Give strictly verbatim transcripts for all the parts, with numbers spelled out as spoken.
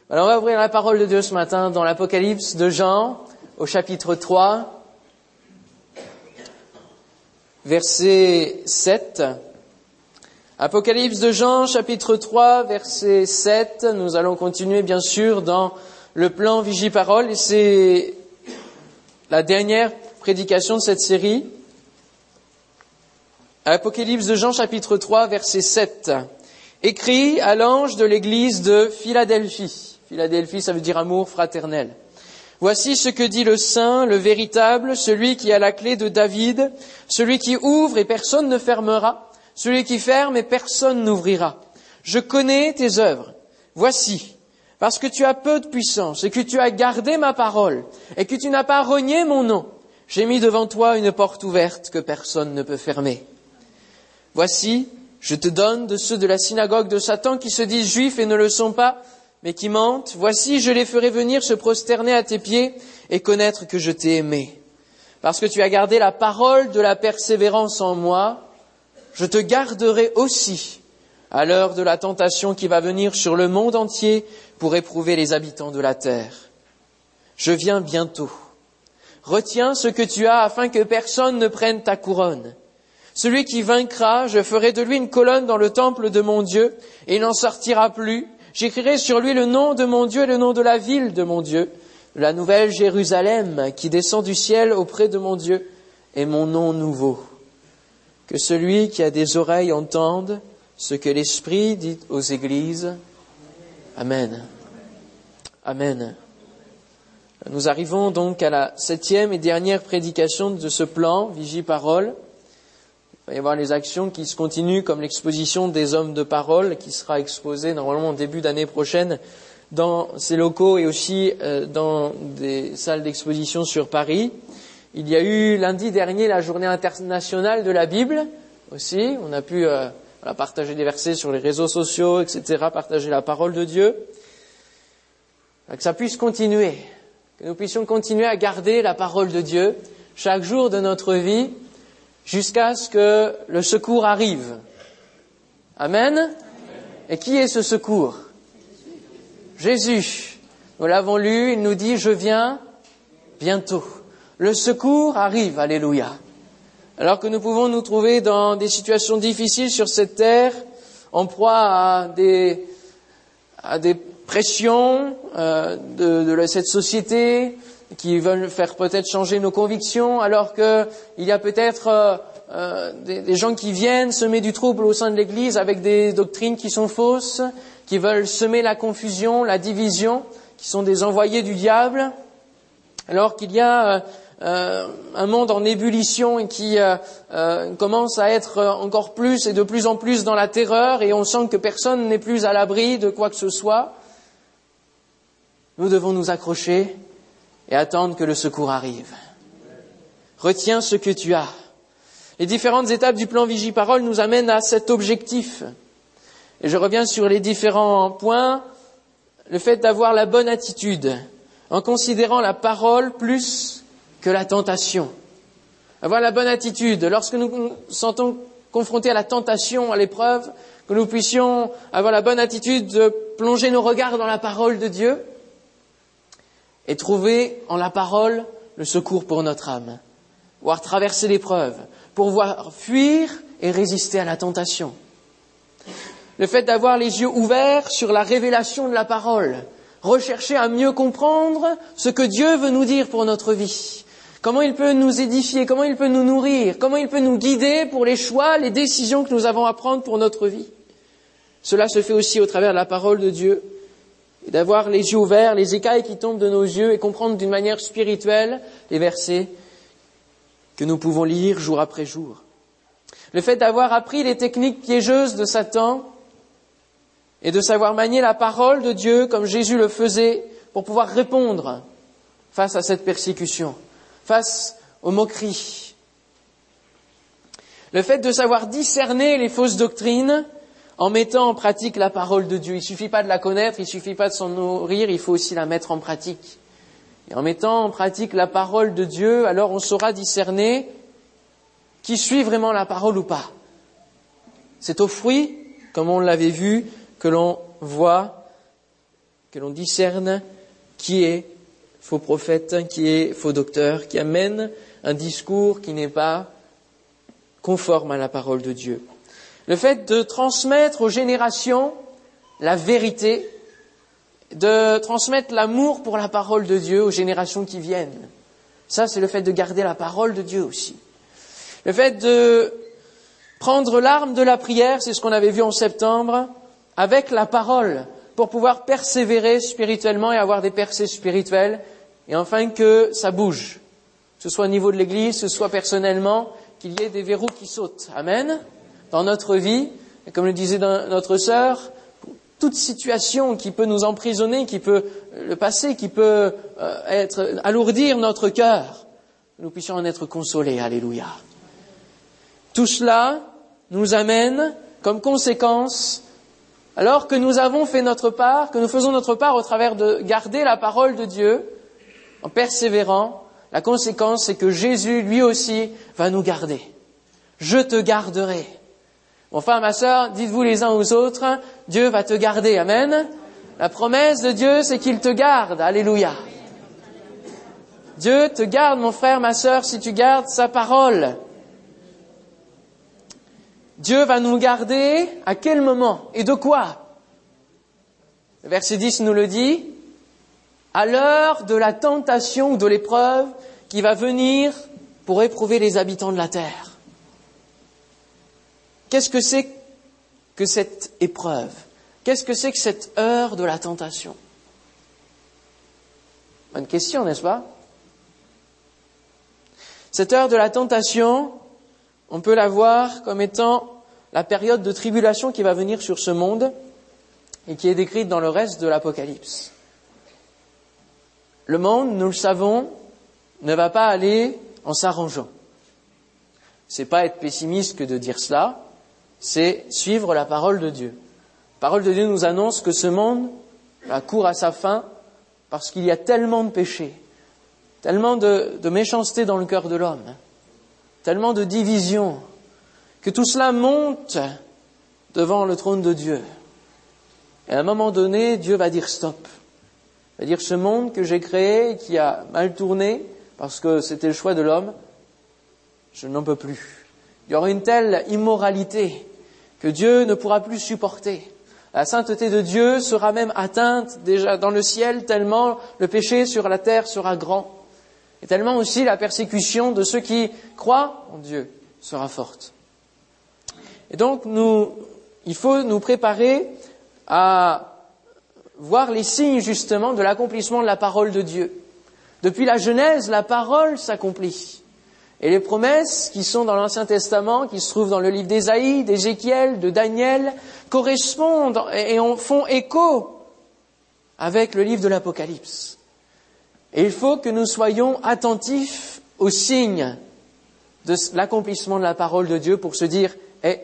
Alors on va ouvrir la parole de Dieu ce matin dans l'Apocalypse de Jean, au chapitre trois, verset sept. Apocalypse de Jean, chapitre trois, verset sept. Nous allons continuer bien sûr dans le plan Vigie-Parole, et c'est la dernière prédication de cette série. Apocalypse de Jean, chapitre trois, verset sept. Écrit à l'ange de l'église de Philadelphie. Philadelphie, ça veut dire amour fraternel. Voici ce que dit le Saint, le véritable, celui qui a la clé de David, celui qui ouvre et personne ne fermera, celui qui ferme et personne n'ouvrira. Je connais tes œuvres. Voici, parce que tu as peu de puissance et que tu as gardé ma parole et que tu n'as pas renié mon nom, j'ai mis devant toi une porte ouverte que personne ne peut fermer. Voici, je te donne de ceux de la synagogue de Satan qui se disent juifs et ne le sont pas, mais qui mentent. Voici, je les ferai venir se prosterner à tes pieds et connaître que je t'ai aimé. Parce que tu as gardé la parole de la persévérance en moi, je te garderai aussi à l'heure de la tentation qui va venir sur le monde entier pour éprouver les habitants de la terre. Je viens bientôt. Retiens ce que tu as afin que personne ne prenne ta couronne. Celui qui vaincra, je ferai de lui une colonne dans le temple de mon Dieu, et il n'en sortira plus. J'écrirai sur lui le nom de mon Dieu et le nom de la ville de mon Dieu, de la nouvelle Jérusalem qui descend du ciel auprès de mon Dieu, et mon nom nouveau. Que celui qui a des oreilles entende ce que l'Esprit dit aux églises. Amen. Amen. Nous arrivons donc à la septième et dernière prédication de ce plan, Vigie-Parole. Il va y avoir les actions qui se continuent, comme l'exposition des hommes de parole, qui sera exposée normalement au début d'année prochaine dans ces locaux et aussi euh, dans des salles d'exposition sur Paris. Il y a eu lundi dernier la journée internationale de la Bible aussi. On a pu euh, voilà, partager des versets sur les réseaux sociaux, et cetera, partager la parole de Dieu. Que ça puisse continuer, que nous puissions continuer à garder la parole de Dieu chaque jour de notre vie, jusqu'à ce que le secours arrive. Amen. Amen. Et qui est ce secours? Jésus. Nous l'avons lu, il nous dit « Je viens bientôt ». Le secours arrive, alléluia. Alors que nous pouvons nous trouver dans des situations difficiles sur cette terre, en proie à des, à des pressions euh, de, de cette société, qui veulent faire peut-être changer nos convictions, alors que il y a peut-être euh, euh, des, des gens qui viennent semer du trouble au sein de l'Église avec des doctrines qui sont fausses, qui veulent semer la confusion, la division, qui sont des envoyés du diable, alors qu'il y a euh, euh, un monde en ébullition et qui euh, euh, commence à être encore plus et de plus en plus dans la terreur, et on sent que personne n'est plus à l'abri de quoi que ce soit. Nous devons nous accrocher et attendre que le secours arrive. Retiens ce que tu as. Les différentes étapes du plan Vigie-Parole nous amènent à cet objectif. Et je reviens sur les différents points. Le fait d'avoir la bonne attitude, en considérant la parole plus que la tentation. Avoir la bonne attitude. Lorsque nous nous sentons confrontés à la tentation, à l'épreuve, que nous puissions avoir la bonne attitude de plonger nos regards dans la parole de Dieu, et trouver en la parole le secours pour notre âme, pouvoir traverser l'épreuve, pour pouvoir fuir et résister à la tentation. Le fait d'avoir les yeux ouverts sur la révélation de la parole, rechercher à mieux comprendre ce que Dieu veut nous dire pour notre vie, comment il peut nous édifier, comment il peut nous nourrir, comment il peut nous guider pour les choix, les décisions que nous avons à prendre pour notre vie. Cela se fait aussi au travers de la parole de Dieu, et d'avoir les yeux ouverts, les écailles qui tombent de nos yeux, et comprendre d'une manière spirituelle les versets que nous pouvons lire jour après jour. Le fait d'avoir appris les techniques piégeuses de Satan et de savoir manier la parole de Dieu comme Jésus le faisait pour pouvoir répondre face à cette persécution, face aux moqueries. Le fait de savoir discerner les fausses doctrines en mettant en pratique la parole de Dieu. Il ne suffit pas de la connaître, il ne suffit pas de s'en nourrir, il faut aussi la mettre en pratique. Et en mettant en pratique la parole de Dieu, alors on saura discerner qui suit vraiment la parole ou pas. C'est au fruit, comme on l'avait vu, que l'on voit que l'on discerne qui est faux prophète, qui est faux docteur, qui amène un discours qui n'est pas conforme à la parole de Dieu. Le fait de transmettre aux générations la vérité, de transmettre l'amour pour la parole de Dieu aux générations qui viennent. Ça, c'est le fait de garder la parole de Dieu aussi. Le fait de prendre l'arme de la prière, c'est ce qu'on avait vu en septembre, avec la parole, pour pouvoir persévérer spirituellement et avoir des percées spirituelles, et enfin que ça bouge, que ce soit au niveau de l'Église, que ce soit personnellement, qu'il y ait des verrous qui sautent. Amen. Dans notre vie, et comme le disait notre sœur, toute situation qui peut nous emprisonner, qui peut le passé, qui peut euh, être alourdir notre cœur, nous puissions en être consolés. Alléluia. Tout cela nous amène comme conséquence, alors que nous avons fait notre part, que nous faisons notre part au travers de garder la parole de Dieu, en persévérant, la conséquence c'est que Jésus lui aussi va nous garder. Je te garderai. Mon frère, ma sœur, dites-vous les uns aux autres, Dieu va te garder. Amen. La promesse de Dieu, c'est qu'il te garde. Alléluia. Dieu te garde, mon frère, ma sœur, si tu gardes sa parole. Dieu va nous garder à quel moment et de quoi? Le verset dix nous le dit, à l'heure de la tentation ou de l'épreuve qui va venir pour éprouver les habitants de la terre. Qu'est-ce que c'est que cette épreuve? Qu'est-ce que c'est que cette heure de la tentation? Bonne question, n'est-ce pas? Cette heure de la tentation, on peut la voir comme étant la période de tribulation qui va venir sur ce monde et qui est décrite dans le reste de l'Apocalypse. Le monde, nous le savons, ne va pas aller en s'arrangeant. C'est pas être pessimiste que de dire cela, c'est suivre la parole de Dieu. La parole de Dieu nous annonce que ce monde va court à sa fin parce qu'il y a tellement de péchés, tellement de, de méchanceté dans le cœur de l'homme, tellement de division, que tout cela monte devant le trône de Dieu. Et à un moment donné, Dieu va dire stop. Il va dire ce monde que j'ai créé, qui a mal tourné, parce que c'était le choix de l'homme, je n'en peux plus. Il y aura une telle immoralité que Dieu ne pourra plus supporter. La sainteté de Dieu sera même atteinte déjà dans le ciel, tellement le péché sur la terre sera grand. Et tellement aussi la persécution de ceux qui croient en Dieu sera forte. Et donc, nous, il faut nous préparer à voir les signes justement de l'accomplissement de la parole de Dieu. Depuis la Genèse, la parole s'accomplit. Et les promesses qui sont dans l'Ancien Testament, qui se trouvent dans le livre d'Ésaïe, d'Ézéchiel, de Daniel, correspondent et font écho avec le livre de l'Apocalypse. Et il faut que nous soyons attentifs aux signes de l'accomplissement de la parole de Dieu pour se dire « Eh,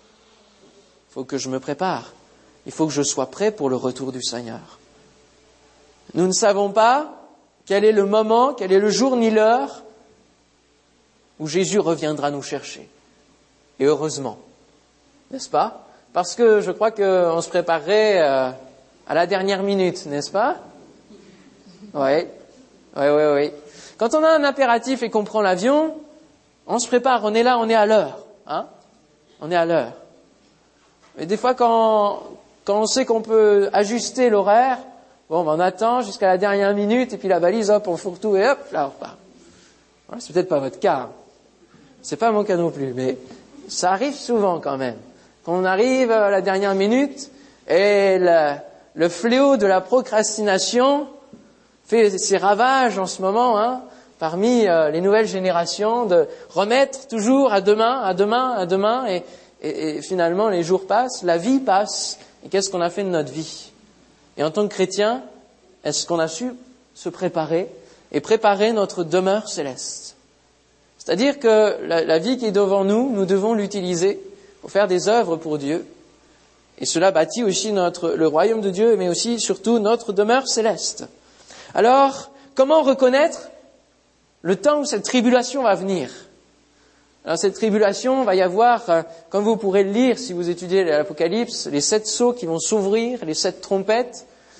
il faut que je me prépare, il faut que je sois prêt pour le retour du Seigneur. » Nous ne savons pas quel est le moment, quel est le jour ni l'heure où Jésus reviendra nous chercher. Et heureusement, n'est-ce pas? Parce que je crois qu'on se préparerait euh, à la dernière minute, n'est-ce pas? Oui, oui, oui, oui. Quand on a un impératif et qu'on prend l'avion, on se prépare, on est là, on est à l'heure. Hein? On est à l'heure. Mais des fois, quand, quand on sait qu'on peut ajuster l'horaire, bon, ben on attend jusqu'à la dernière minute, et puis la valise, hop, on fourre-tout, et hop, là, on repart. Voilà, c'est peut-être pas votre cas. C'est pas mon cas non plus, mais ça arrive souvent quand même. Quand on arrive à la dernière minute, et le, le fléau de la procrastination fait ses ravages en ce moment, hein, parmi euh, les nouvelles générations, de remettre toujours à demain, à demain, à demain, et, et, et finalement les jours passent, la vie passe, et qu'est-ce qu'on a fait de notre vie? Et en tant que chrétien, est-ce qu'on a su se préparer et préparer notre demeure céleste? C'est-à-dire que la, la vie qui est devant nous, nous devons l'utiliser pour faire des œuvres pour Dieu. Et cela bâtit aussi notre, le royaume de Dieu, mais aussi, surtout, notre demeure céleste. Alors, comment reconnaître le temps où cette tribulation va venir? Alors, cette tribulation, va y avoir, comme vous pourrez le lire si vous étudiez l'Apocalypse, les sept sceaux qui vont s'ouvrir, les sept trompettes.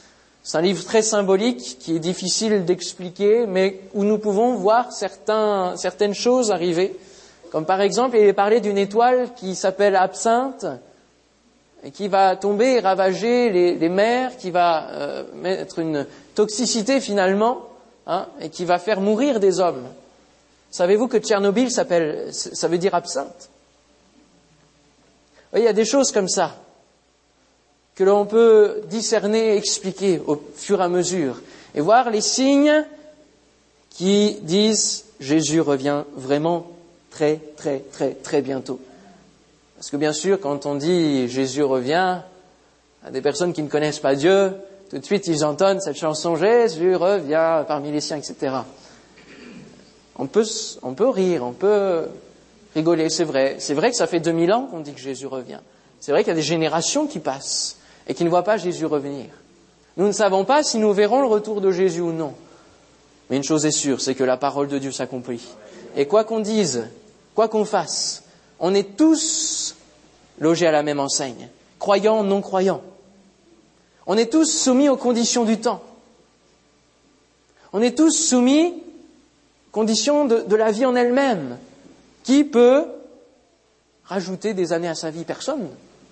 C'est un livre très symbolique qui est difficile d'expliquer, mais où nous pouvons voir certains, certaines choses arriver. Comme par exemple, il est parlé d'une étoile qui s'appelle Absinthe, et qui va tomber et ravager les, les mers, qui va euh, mettre une toxicité finalement, hein, et qui va faire mourir des hommes. Savez-vous que Tchernobyl s'appelle, ça veut dire absinthe? Oui, il y a des choses comme ça que l'on peut discerner, expliquer au fur et à mesure, et voir les signes qui disent Jésus revient vraiment très, très, très, très bientôt. Parce que bien sûr, quand on dit Jésus revient, à des personnes qui ne connaissent pas Dieu, tout de suite ils entonnent cette chanson Jésus revient parmi les siens, et cetera. On peut, on peut rire, on peut rigoler, c'est vrai. C'est vrai que ça fait deux mille ans qu'on dit que Jésus revient. C'est vrai qu'il y a des générations qui passent et qui ne voient pas Jésus revenir. Nous ne savons pas si nous verrons le retour de Jésus ou non. Mais une chose est sûre, c'est que la parole de Dieu s'accomplit. Et quoi qu'on dise, quoi qu'on fasse, on est tous logés à la même enseigne, croyants, non croyants. On est tous soumis aux conditions du temps. On est tous soumis aux conditions de, de la vie en elle-même. Qui peut rajouter des années à sa vie? Personne.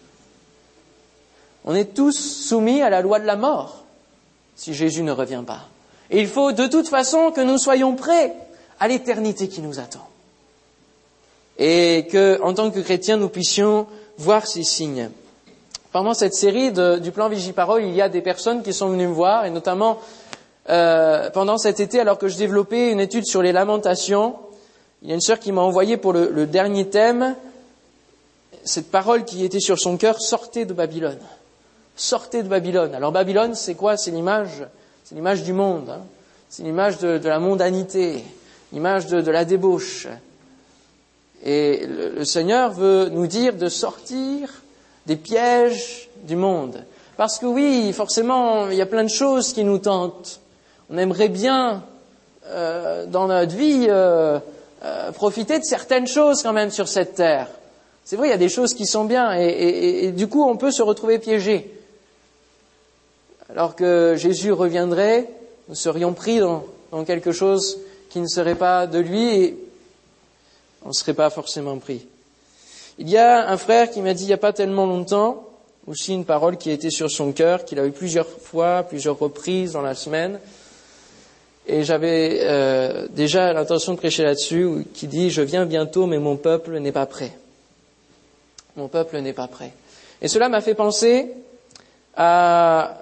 On est tous soumis à la loi de la mort si Jésus ne revient pas. Et il faut de toute façon que nous soyons prêts à l'éternité qui nous attend. Et que, en tant que chrétiens, nous puissions voir ces signes. Pendant cette série de, du plan Vigiparole, il y a des personnes qui sont venues me voir, et notamment euh, pendant cet été, alors que je développais une étude sur les lamentations, il y a une sœur qui m'a envoyé pour le, le dernier thème cette parole qui était sur son cœur, sortez de Babylone. Sortez de Babylone. Alors Babylone, c'est quoi? C'est l'image, c'est l'image du monde, hein. C'est l'image de, de la mondanité, l'image de, de la débauche. Et le, le Seigneur veut nous dire de sortir des pièges du monde. Parce que oui, forcément, il y a plein de choses qui nous tentent. On aimerait bien, euh, dans notre vie, euh, euh, profiter de certaines choses quand même sur cette terre. C'est vrai, il y a des choses qui sont bien, et, et, et du coup, on peut se retrouver piégé. Alors que Jésus reviendrait, nous serions pris dans, dans quelque chose qui ne serait pas de lui, et on ne serait pas forcément pris. Il y a un frère qui m'a dit il n'y a pas tellement longtemps, aussi une parole qui a été sur son cœur, qu'il a eu plusieurs fois, plusieurs reprises dans la semaine, et j'avais euh, déjà l'intention de prêcher là-dessus, qui dit « Je viens bientôt, mais mon peuple n'est pas prêt. » Mon peuple n'est pas prêt. Et cela m'a fait penser à,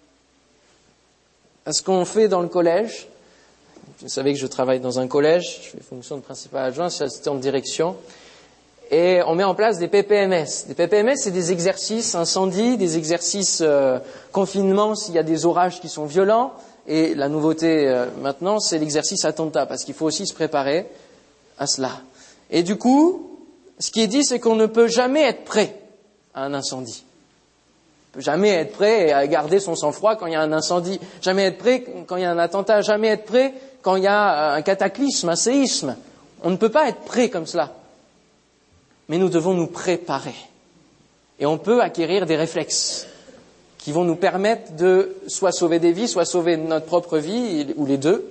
à ce qu'on fait dans le collège. Vous savez que je travaille dans un collège, je fais fonction de principal adjoint, je suis assistant de direction. Et on met en place des P P M S. Des P P M S, c'est des exercices incendie, des exercices euh, confinement s'il y a des orages qui sont violents. Et la nouveauté euh, maintenant, c'est l'exercice attentat, parce qu'il faut aussi se préparer à cela. Et du coup, ce qui est dit, c'est qu'on ne peut jamais être prêt à un incendie. On ne peut jamais être prêt à garder son sang-froid quand il y a un incendie. Jamais être prêt quand il y a un attentat. Jamais être prêt quand il y a un cataclysme, un séisme. On ne peut pas être prêt comme cela. Mais nous devons nous préparer. Et on peut acquérir des réflexes qui vont nous permettre de soit sauver des vies, soit sauver notre propre vie, ou les deux.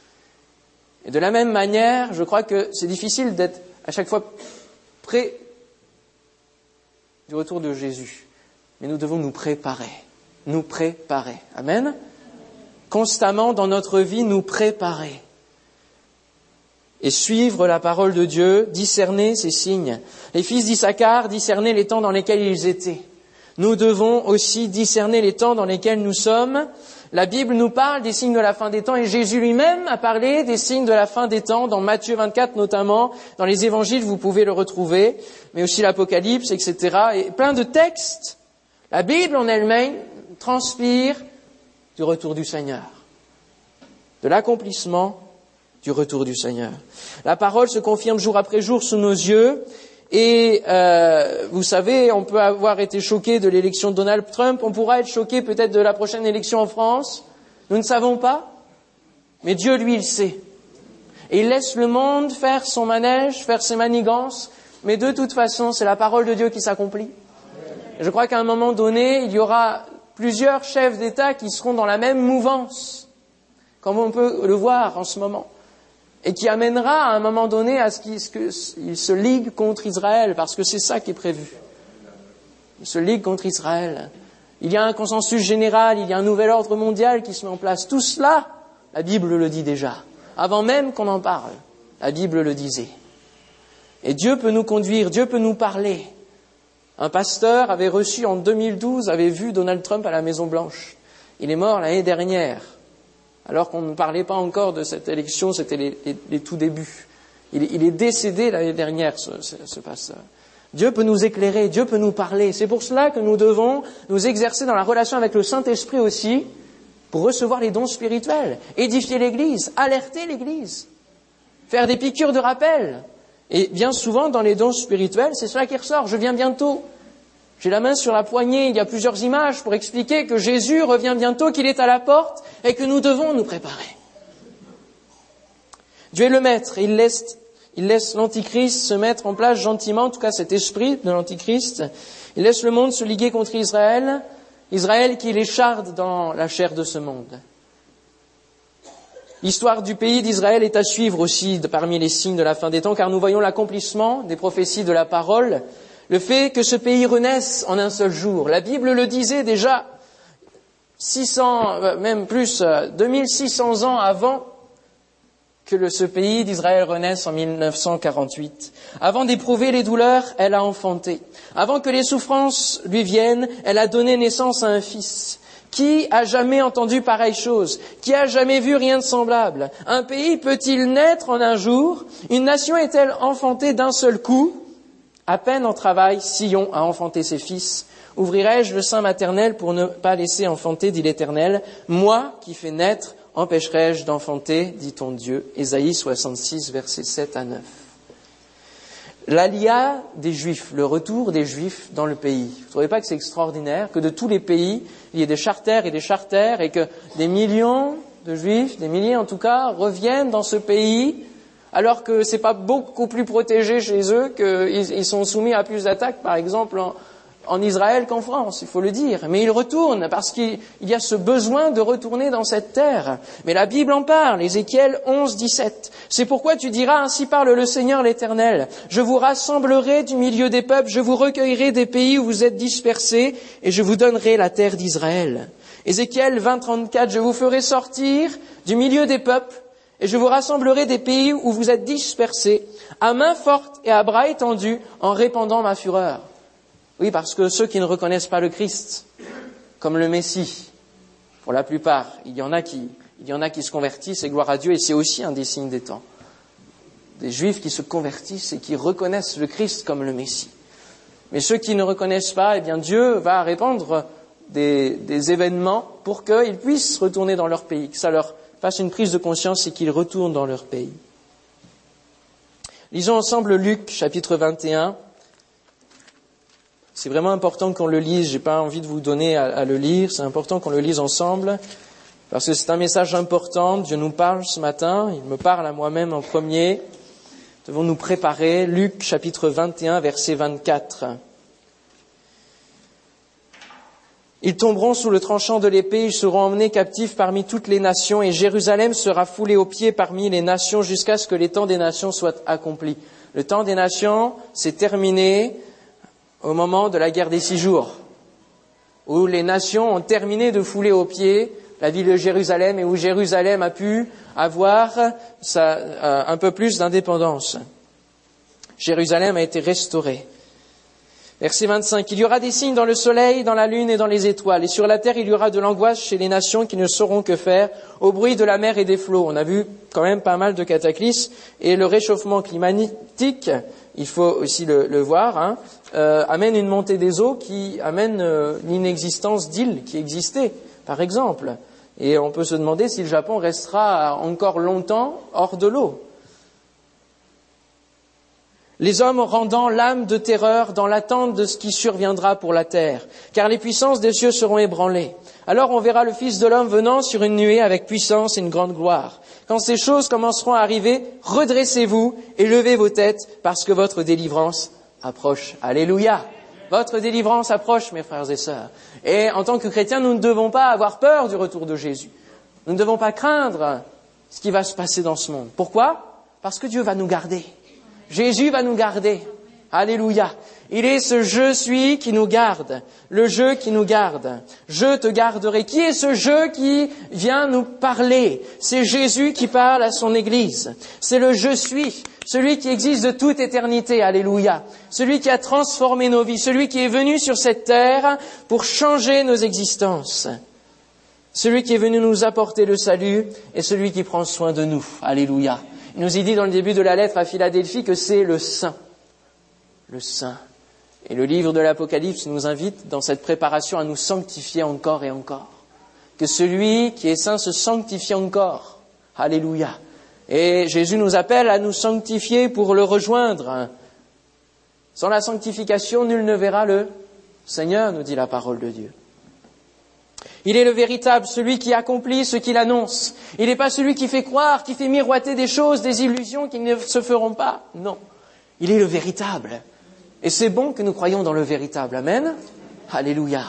Et de la même manière, je crois que c'est difficile d'être à chaque fois près du retour de Jésus. Mais nous devons nous préparer. Nous préparer. Amen. Constamment dans notre vie, nous préparer. Et suivre la parole de Dieu, discerner ces signes. Les fils d'Issachar discernaient les temps dans lesquels ils étaient. Nous devons aussi discerner les temps dans lesquels nous sommes. La Bible nous parle des signes de la fin des temps, et Jésus lui-même a parlé des signes de la fin des temps, dans Matthieu vingt-quatre notamment, dans les évangiles vous pouvez le retrouver, mais aussi l'Apocalypse, et cetera. Et plein de textes. La Bible en elle-même transpire du retour du Seigneur, de l'accomplissement du retour du Seigneur. La parole se confirme jour après jour sous nos yeux. Et euh, vous savez, on peut avoir été choqué de l'élection de Donald Trump, on pourra être choqué peut-être de la prochaine élection en France. Nous ne savons pas, mais Dieu, lui, il sait. Et il laisse le monde faire son manège, faire ses manigances, mais de toute façon, c'est la parole de Dieu qui s'accomplit. Et je crois qu'à un moment donné, il y aura plusieurs chefs d'État qui seront dans la même mouvance, comme on peut le voir en ce moment, et qui amènera à un moment donné à ce qu'ils se liguent contre Israël, parce que c'est ça qui est prévu. Ils se liguent contre Israël. Il y a un consensus général, il y a un nouvel ordre mondial qui se met en place. Tout cela, la Bible le dit déjà. Avant même qu'on en parle, la Bible le disait. Et Dieu peut nous conduire, Dieu peut nous parler. Un pasteur avait reçu en deux mille douze, avait vu Donald Trump à la Maison Blanche. Il est mort l'année dernière, alors qu'on ne parlait pas encore de cette élection, c'était les, les, les tout débuts. Il, il est décédé l'année dernière, ce, ce, ce pasteur. Dieu peut nous éclairer, Dieu peut nous parler. C'est pour cela que nous devons nous exercer dans la relation avec le Saint-Esprit aussi, pour recevoir les dons spirituels, édifier l'Église, alerter l'Église, faire des piqûres de rappel. Et bien souvent, dans les dons spirituels, c'est cela qui ressort. Je viens bientôt. J'ai la main sur la poignée, il y a plusieurs images pour expliquer que Jésus revient bientôt, qu'il est à la porte et que nous devons nous préparer. Dieu est le maître et il laisse, il laisse l'Antichrist se mettre en place gentiment, en tout cas cet esprit de l'Antichrist. Il laisse le monde se liguer contre Israël, Israël qui l'écharde dans la chair de ce monde. L'histoire du pays d'Israël est à suivre aussi parmi les signes de la fin des temps, car nous voyons l'accomplissement des prophéties de la parole, le fait que ce pays renaisse en un seul jour. La Bible le disait déjà six cents, même plus, deux mille six cents ans avant que le, ce pays d'Israël renaisse en mille neuf cent quarante-huit. Avant d'éprouver les douleurs, elle a enfanté. Avant que les souffrances lui viennent, elle a donné naissance à un fils. Qui a jamais entendu pareille chose? Qui a jamais vu rien de semblable? Un pays peut-il naître en un jour? Une nation est-elle enfantée d'un seul coup? À peine en travail, Sion a enfanté ses fils. Ouvrirai-je le sein maternel pour ne pas laisser enfanter, dit l'Éternel? Moi qui fais naître, empêcherai-je d'enfanter, dit ton Dieu. Ésaïe soixante-six, versets sept à neuf. L'alia des Juifs, le retour des Juifs dans le pays. Vous ne trouvez pas que c'est extraordinaire que de tous les pays, il y ait des charters et des charters et que des millions de Juifs, des milliers en tout cas, reviennent dans ce pays alors que c'est pas beaucoup plus protégé chez eux, qu'ils ils sont soumis à plus d'attaques, par exemple, en, en Israël qu'en France, il faut le dire. Mais ils retournent parce qu'il y a ce besoin de retourner dans cette terre. Mais la Bible en parle, Ézéchiel onze, dix-sept. C'est pourquoi tu diras, ainsi parle le Seigneur l'Éternel. Je vous rassemblerai du milieu des peuples, je vous recueillerai des pays où vous êtes dispersés, et je vous donnerai la terre d'Israël. Ézéchiel vingt, trente-quatre. Je vous ferai sortir du milieu des peuples, et je vous rassemblerai des pays où vous êtes dispersés, à main forte et à bras étendus, en répandant ma fureur. Oui, parce que ceux qui ne reconnaissent pas le Christ comme le Messie, pour la plupart, il y en a qui, il y en a qui se convertissent, et gloire à Dieu, et c'est aussi un des signes des temps. Des Juifs qui se convertissent et qui reconnaissent le Christ comme le Messie. Mais ceux qui ne reconnaissent pas, eh bien Dieu va répandre des, des événements pour qu'ils puissent retourner dans leur pays, que ça leur fasse une prise de conscience et qu'ils retournent dans leur pays. Lisons ensemble Luc, chapitre vingt et un. C'est vraiment important qu'on le lise. J'ai pas envie de vous donner à, à le lire. C'est important qu'on le lise ensemble parce que c'est un message important. Dieu nous parle ce matin. Il me parle à moi-même en premier. Nous devons nous préparer. Luc, chapitre vingt et un, verset vingt-quatre. Ils tomberont sous le tranchant de l'épée, ils seront emmenés captifs parmi toutes les nations, et Jérusalem sera foulée aux pieds parmi les nations jusqu'à ce que les temps des nations soient accomplis. Le temps des nations s'est terminé au moment de la guerre des six jours, où les nations ont terminé de fouler aux pieds la ville de Jérusalem et où Jérusalem a pu avoir sa, euh, un peu plus d'indépendance. Jérusalem a été restaurée. Verset vingt-cinq. Il y aura des signes dans le soleil, dans la lune et dans les étoiles. Et sur la terre, il y aura de l'angoisse chez les nations qui ne sauront que faire au bruit de la mer et des flots. On a vu quand même pas mal de cataclysmes. Et le réchauffement climatique, il faut aussi le, le voir, hein, euh, amène une montée des eaux qui amène euh, l'inexistence d'îles qui existaient, par exemple. Et on peut se demander si le Japon restera encore longtemps hors de l'eau. Les hommes rendant l'âme de terreur dans l'attente de ce qui surviendra pour la terre, car les puissances des cieux seront ébranlées. Alors on verra le Fils de l'homme venant sur une nuée avec puissance et une grande gloire. Quand ces choses commenceront à arriver, redressez-vous et levez vos têtes, parce que votre délivrance approche. Alléluia! Votre délivrance approche, mes frères et sœurs. Et en tant que chrétiens, nous ne devons pas avoir peur du retour de Jésus. Nous ne devons pas craindre ce qui va se passer dans ce monde. Pourquoi ? Parce que Dieu va nous garder. Jésus va nous garder. Alléluia. Il est ce « je suis » qui nous garde. Le « je » qui nous garde. Je te garderai. Qui est ce « je » qui vient nous parler ? C'est Jésus qui parle à son Église. C'est le « je suis ». Celui qui existe de toute éternité, alléluia. Celui qui a transformé nos vies, celui qui est venu sur cette terre pour changer nos existences. Celui qui est venu nous apporter le salut et celui qui prend soin de nous, alléluia. Il nous est dit dans le début de la lettre à Philadelphie que c'est le Saint. Le Saint. Et le livre de l'Apocalypse nous invite dans cette préparation à nous sanctifier encore et encore. Que celui qui est saint se sanctifie encore. Alléluia. Et Jésus nous appelle à nous sanctifier pour le rejoindre. Sans la sanctification, nul ne verra le Seigneur, nous dit la parole de Dieu. Il est le véritable, celui qui accomplit ce qu'il annonce. Il n'est pas celui qui fait croire, qui fait miroiter des choses, des illusions qui ne se feront pas. Non, il est le véritable. Et c'est bon que nous croyions dans le véritable. Amen. Alléluia.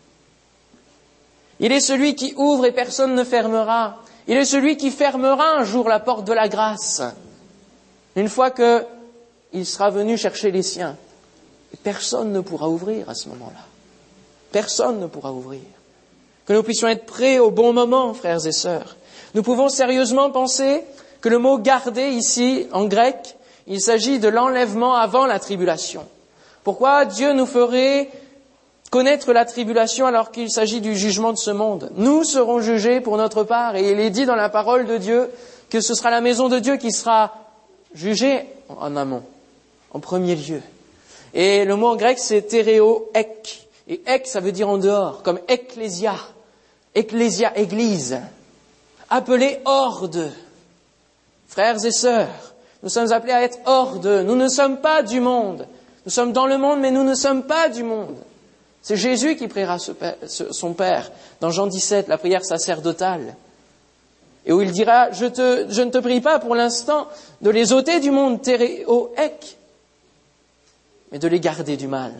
Il est celui qui ouvre et personne ne fermera. Il est celui qui fermera un jour la porte de la grâce. Une fois qu'il sera venu chercher les siens. Personne ne pourra ouvrir à ce moment-là. Personne ne pourra ouvrir. Que nous puissions être prêts au bon moment, frères et sœurs. Nous pouvons sérieusement penser que le mot « garder » ici, en grec, il s'agit de l'enlèvement avant la tribulation. Pourquoi Dieu nous ferait connaître la tribulation alors qu'il s'agit du jugement de ce monde? Nous serons jugés pour notre part, et il est dit dans la parole de Dieu que ce sera la maison de Dieu qui sera jugée en amont, en premier lieu. Et le mot en grec c'est théréo ek. Et ek, ça veut dire en dehors, comme ecclésia. Ecclésia, église. Appelé hors de. Frères et sœurs, nous sommes appelés à être hors de. Nous ne sommes pas du monde. Nous sommes dans le monde, mais nous ne sommes pas du monde. C'est Jésus qui priera son Père dans Jean dix-sept, la prière sacerdotale. Et où il dira, je, te, je ne te prie pas pour l'instant de les ôter du monde, théréo ek, mais de les garder du mal.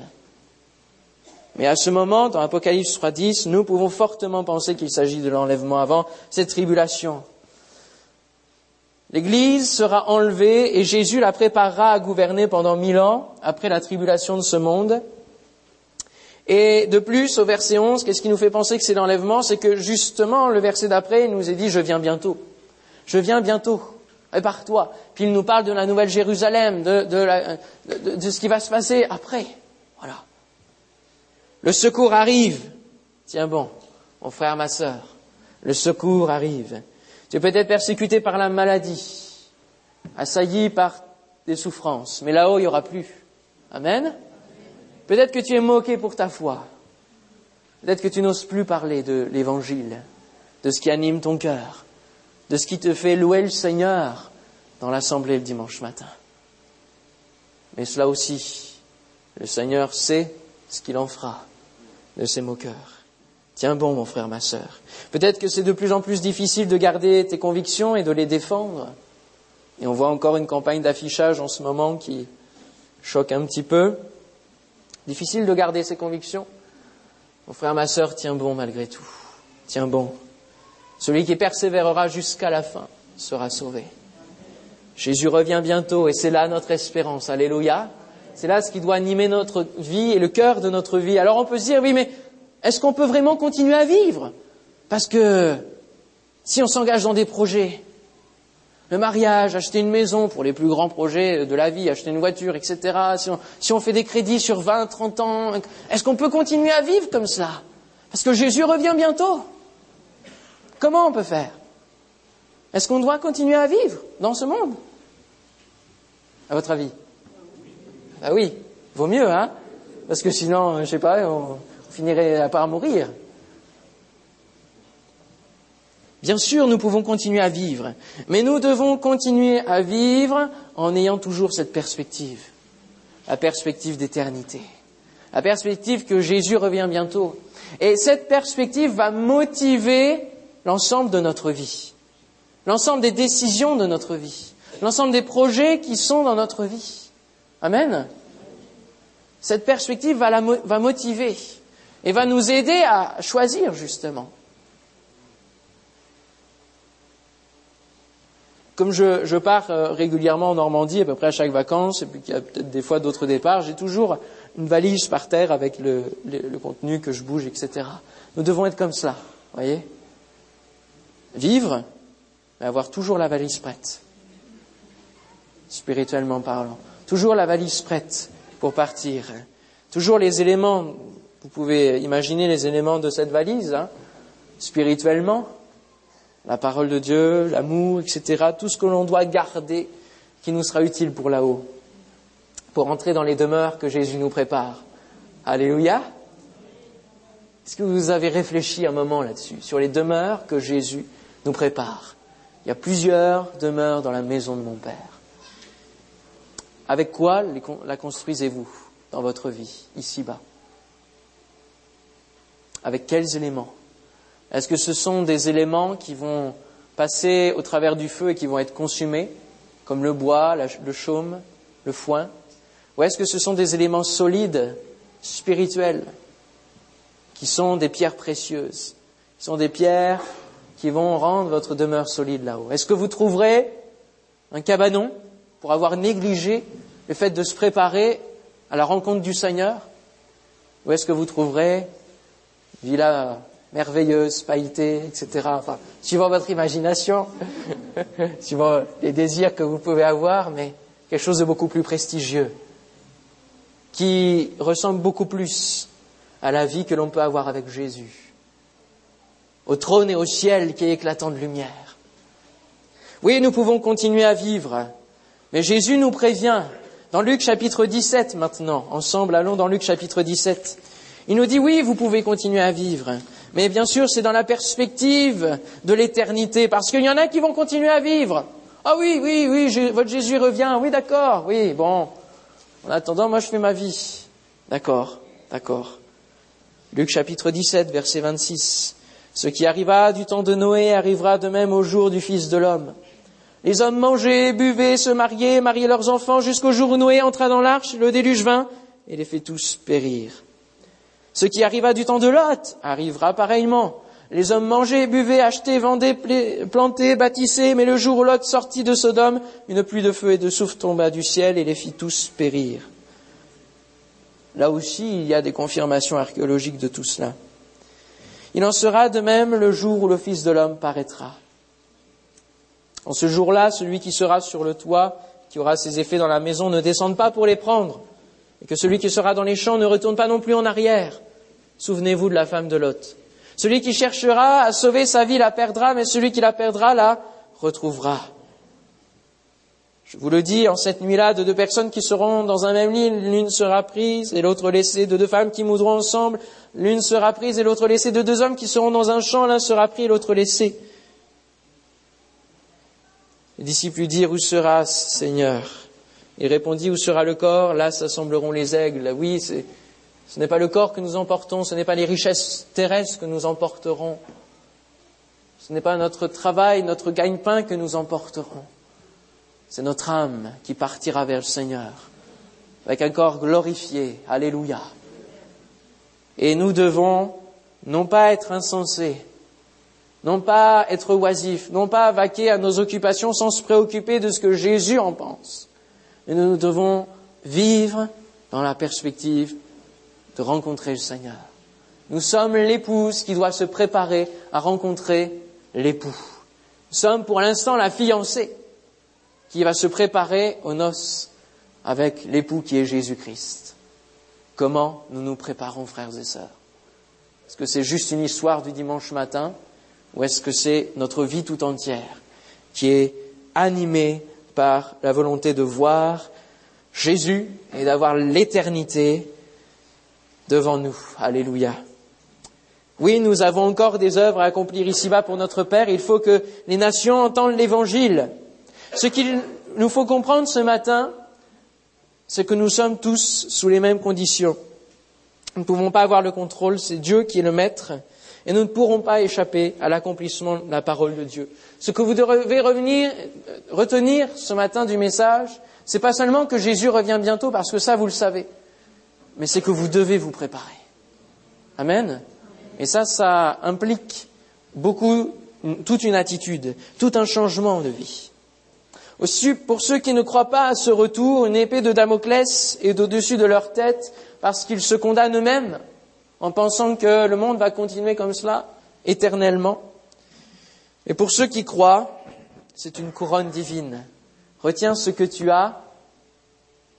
Mais à ce moment, dans Apocalypse trois dix, nous pouvons fortement penser qu'il s'agit de l'enlèvement avant cette tribulation. L'Église sera enlevée et Jésus la préparera à gouverner pendant mille ans après la tribulation de ce monde. Et de plus, au verset onze, qu'est-ce qui nous fait penser que c'est l'enlèvement? C'est que justement, le verset d'après, il nous est dit « Je viens bientôt. Je viens bientôt. Prépare-toi. » Puis il nous parle de la nouvelle Jérusalem, de, de, la, de, de ce qui va se passer après. Voilà. Le secours arrive. Tiens bon, mon frère, ma sœur, le secours arrive. Tu es peut-être persécuté par la maladie, assailli par des souffrances, mais là-haut, il n'y aura plus. Amen. Peut-être que tu es moqué pour ta foi. Peut-être que tu n'oses plus parler de l'Évangile, de ce qui anime ton cœur, de ce qui te fait louer le Seigneur dans l'assemblée le dimanche matin. Mais cela aussi, le Seigneur sait ce qu'il en fera de ces moqueurs. Tiens bon, mon frère, ma sœur. Peut-être que c'est de plus en plus difficile de garder tes convictions et de les défendre. Et on voit encore une campagne d'affichage en ce moment qui choque un petit peu. Difficile de garder ses convictions. Mon frère, ma sœur, tiens bon malgré tout. Tiens bon. Celui qui persévérera jusqu'à la fin sera sauvé. Jésus revient bientôt et c'est là notre espérance. Alléluia. C'est là ce qui doit animer notre vie et le cœur de notre vie. Alors on peut se dire, oui, mais est-ce qu'on peut vraiment continuer à vivre? Parce que si on s'engage dans des projets, le mariage, acheter une maison pour les plus grands projets de la vie, acheter une voiture, et cetera. Si on, si on fait des crédits sur vingt, trente ans, est-ce qu'on peut continuer à vivre comme cela? Parce que Jésus revient bientôt. Comment on peut faire? Est-ce qu'on doit continuer à vivre dans ce monde? À votre avis? Ah oui, vaut mieux, hein? Parce que sinon, je sais pas, on finirait par mourir. Bien sûr, nous pouvons continuer à vivre, mais nous devons continuer à vivre en ayant toujours cette perspective, la perspective d'éternité, la perspective que Jésus revient bientôt. Et cette perspective va motiver l'ensemble de notre vie, l'ensemble des décisions de notre vie, l'ensemble des projets qui sont dans notre vie. Amen. Cette perspective va, la, va motiver. et va nous aider à choisir justement. Comme je, je pars régulièrement en Normandie, à peu près à chaque vacances, et puis qu'il y a peut-être des fois d'autres départs, j'ai toujours une valise par terre avec le, le, le contenu que je bouge, et cetera. Nous devons être comme cela, voyez. Vivre, mais avoir toujours la valise prête, spirituellement parlant. Toujours la valise prête pour partir. Toujours les éléments, vous pouvez imaginer les éléments de cette valise, hein, spirituellement. La parole de Dieu, l'amour, et cetera. Tout ce que l'on doit garder qui nous sera utile pour là-haut. Pour entrer dans les demeures que Jésus nous prépare. Alléluia. Est-ce que vous avez réfléchi un moment là-dessus, sur les demeures que Jésus nous prépare? Il y a plusieurs demeures dans la maison de mon Père. Avec quoi la construisez-vous dans votre vie, ici-bas? Avec quels éléments? Est-ce que ce sont des éléments qui vont passer au travers du feu et qui vont être consumés, comme le bois, le chaume, le foin? Ou est-ce que ce sont des éléments solides, spirituels, qui sont des pierres précieuses, qui sont des pierres qui vont rendre votre demeure solide là-haut? Est-ce que vous trouverez un cabanon pour avoir négligé le fait de se préparer à la rencontre du Seigneur? Ou est-ce que vous trouverez une villa merveilleuse, pailletée, et cetera. Enfin, suivant votre imagination, suivant les désirs que vous pouvez avoir, mais quelque chose de beaucoup plus prestigieux, qui ressemble beaucoup plus à la vie que l'on peut avoir avec Jésus, au trône et au ciel qui est éclatant de lumière. Oui, nous pouvons continuer à vivre, mais Jésus nous prévient, dans Luc chapitre dix-sept maintenant, ensemble, allons dans Luc chapitre dix-sept. Il nous dit, oui, vous pouvez continuer à vivre, mais bien sûr, c'est dans la perspective de l'éternité, parce qu'il y en a qui vont continuer à vivre. Ah oui, oui, oui, je, votre Jésus revient, oui, d'accord, oui, bon. En attendant, moi, je fais ma vie. D'accord, d'accord. Luc chapitre dix-sept, verset vingt-six. Ce qui arriva du temps de Noé arrivera de même au jour du Fils de l'homme. Les hommes mangeaient, buvaient, se mariaient, mariaient leurs enfants, jusqu'au jour où Noé entra dans l'arche, le déluge vint et les fit tous périr. Ce qui arriva du temps de Lot arrivera pareillement. Les hommes mangeaient, buvaient, achetaient, vendaient, plantaient, bâtissaient, mais le jour où Lot sortit de Sodome, une pluie de feu et de soufre tomba du ciel et les fit tous périr. Là aussi, il y a des confirmations archéologiques de tout cela. Il en sera de même le jour où le Fils de l'homme paraîtra. En ce jour-là, celui qui sera sur le toit, qui aura ses effets dans la maison, ne descende pas pour les prendre. Et que celui qui sera dans les champs ne retourne pas non plus en arrière. Souvenez-vous de la femme de Lot. Celui qui cherchera à sauver sa vie la perdra, mais celui qui la perdra la retrouvera. Je vous le dis, en cette nuit-là, de deux personnes qui seront dans un même lit, l'une sera prise et l'autre laissée. De deux femmes qui moudront ensemble, l'une sera prise et l'autre laissée. De deux hommes qui seront dans un champ, l'un sera pris et l'autre laissé. Les disciples lui dirent, où sera-ce, Seigneur? Il répondit, où sera le corps? Là s'assembleront les aigles. Oui, c'est, ce n'est pas le corps que nous emportons, ce n'est pas les richesses terrestres que nous emporterons. Ce n'est pas notre travail, notre gagne-pain que nous emporterons. C'est notre âme qui partira vers le Seigneur, avec un corps glorifié. Alléluia. Et nous devons non pas être insensés, non pas être oisifs, non pas vaquer à nos occupations sans se préoccuper de ce que Jésus en pense. Et nous devons vivre dans la perspective de rencontrer le Seigneur. Nous sommes l'épouse qui doit se préparer à rencontrer l'époux. Nous sommes pour l'instant la fiancée qui va se préparer aux noces avec l'époux qui est Jésus-Christ. Comment nous nous préparons, frères et sœurs? Est-ce que c'est juste une histoire du dimanche matin ou est-ce que c'est notre vie tout entière qui est animée par la volonté de voir Jésus et d'avoir l'éternité devant nous? Alléluia. Oui, nous avons encore des œuvres à accomplir ici-bas pour notre Père. Il faut que les nations entendent l'Évangile. Ce qu'il nous faut comprendre ce matin, c'est que nous sommes tous sous les mêmes conditions. Nous ne pouvons pas avoir le contrôle, c'est Dieu qui est le maître, et nous ne pourrons pas échapper à l'accomplissement de la parole de Dieu. Ce que vous devez revenir, retenir ce matin du message, c'est pas seulement que Jésus revient bientôt, parce que ça vous le savez, mais c'est que vous devez vous préparer. Amen. Et ça, ça implique beaucoup, toute une attitude, tout un changement de vie. Aussi, pour ceux qui ne croient pas à ce retour, une épée de Damoclès est au-dessus de leur tête parce qu'ils se condamnent eux-mêmes en pensant que le monde va continuer comme cela éternellement. Et pour ceux qui croient, c'est une couronne divine. Retiens ce que tu as. Pourquoi ?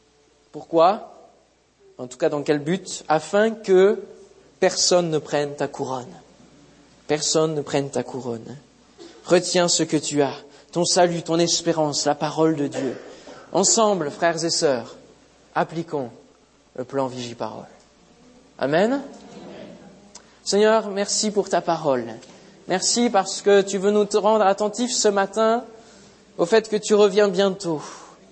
En tout cas, dans quel but ? Afin que personne ne prenne ta couronne. Personne ne prenne ta couronne. Retiens ce que tu as. Ton salut, ton espérance, la parole de Dieu. Ensemble, frères et sœurs, appliquons le plan Vigie-Parole. Amen. Amen. Seigneur, merci pour ta parole. Merci parce que tu veux nous te rendre attentifs ce matin au fait que tu reviens bientôt.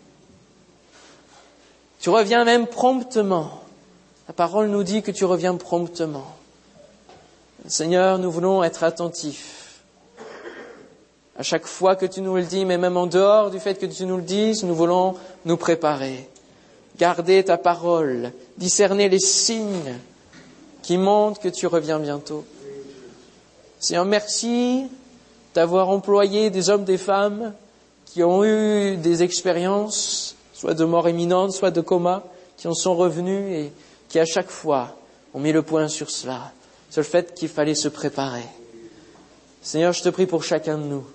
Tu reviens même promptement. La parole nous dit que tu reviens promptement. Seigneur, nous voulons être attentifs. À chaque fois que tu nous le dis, mais même en dehors du fait que tu nous le dises, nous voulons nous préparer. Garder ta parole, discerner les signes qui montrent que tu reviens bientôt. Seigneur, merci d'avoir employé des hommes, des femmes qui ont eu des expériences, soit de mort imminente, soit de coma, qui en sont revenus et qui à chaque fois ont mis le point sur cela, sur le fait qu'il fallait se préparer. Seigneur, je te prie pour chacun de nous,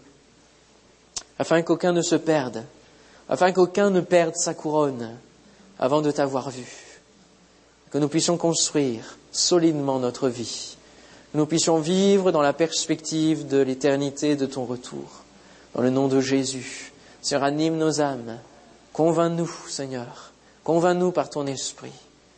afin qu'aucun ne se perde, afin qu'aucun ne perde sa couronne avant de t'avoir vu, que nous puissions construire solidement notre vie, que nous puissions vivre dans la perspective de l'éternité de ton retour, dans le nom de Jésus. Seigneur, anime nos âmes, convainc-nous, Seigneur, convainc-nous par ton esprit,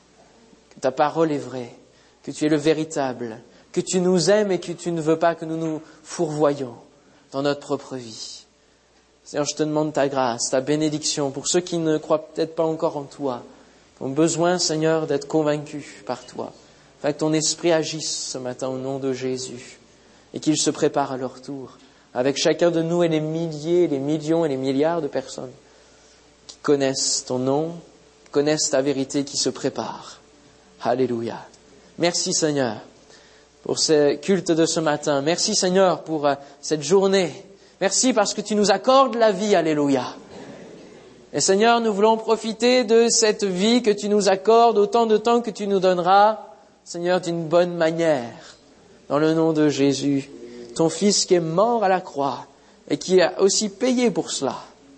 que ta parole est vraie, que tu es le véritable, que tu nous aimes et que tu ne veux pas que nous nous fourvoyions dans notre propre vie. Seigneur, je te demande ta grâce, ta bénédiction pour ceux qui ne croient peut-être pas encore en toi, qui ont besoin, Seigneur, d'être convaincus par toi, afin que ton esprit agisse ce matin au nom de Jésus et qu'ils se préparent à leur tour, avec chacun de nous et les milliers, les millions et les milliards de personnes qui connaissent ton nom, connaissent ta vérité, qui se préparent. Alléluia. Merci Seigneur pour ce culte de ce matin. Merci Seigneur pour cette journée. Merci parce que tu nous accordes la vie. Alléluia. Et Seigneur, nous voulons profiter de cette vie que tu nous accordes, autant de temps que tu nous donneras, Seigneur, d'une bonne manière. Dans le nom de Jésus, ton Fils qui est mort à la croix et qui a aussi payé pour cela.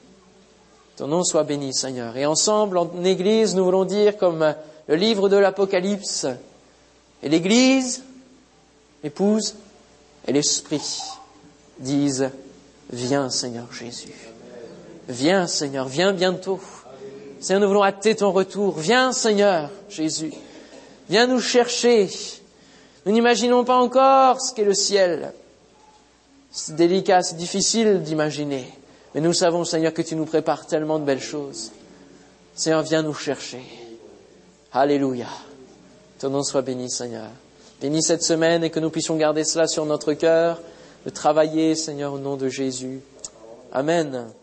Ton nom soit béni, Seigneur. Et ensemble, en Église, nous voulons dire comme le livre de l'Apocalypse, et l'Église, l'épouse et l'Esprit disent, viens Seigneur Jésus. Viens Seigneur, viens bientôt. Seigneur, nous voulons hâter ton retour. Viens Seigneur Jésus. Viens nous chercher. Nous n'imaginons pas encore ce qu'est le ciel. C'est délicat, c'est difficile d'imaginer. Mais nous savons Seigneur que tu nous prépares tellement de belles choses. Seigneur, viens nous chercher. Alléluia. Ton nom soit béni Seigneur. Bénis cette semaine et que nous puissions garder cela sur notre cœur, de travailler, Seigneur, au nom de Jésus. Amen.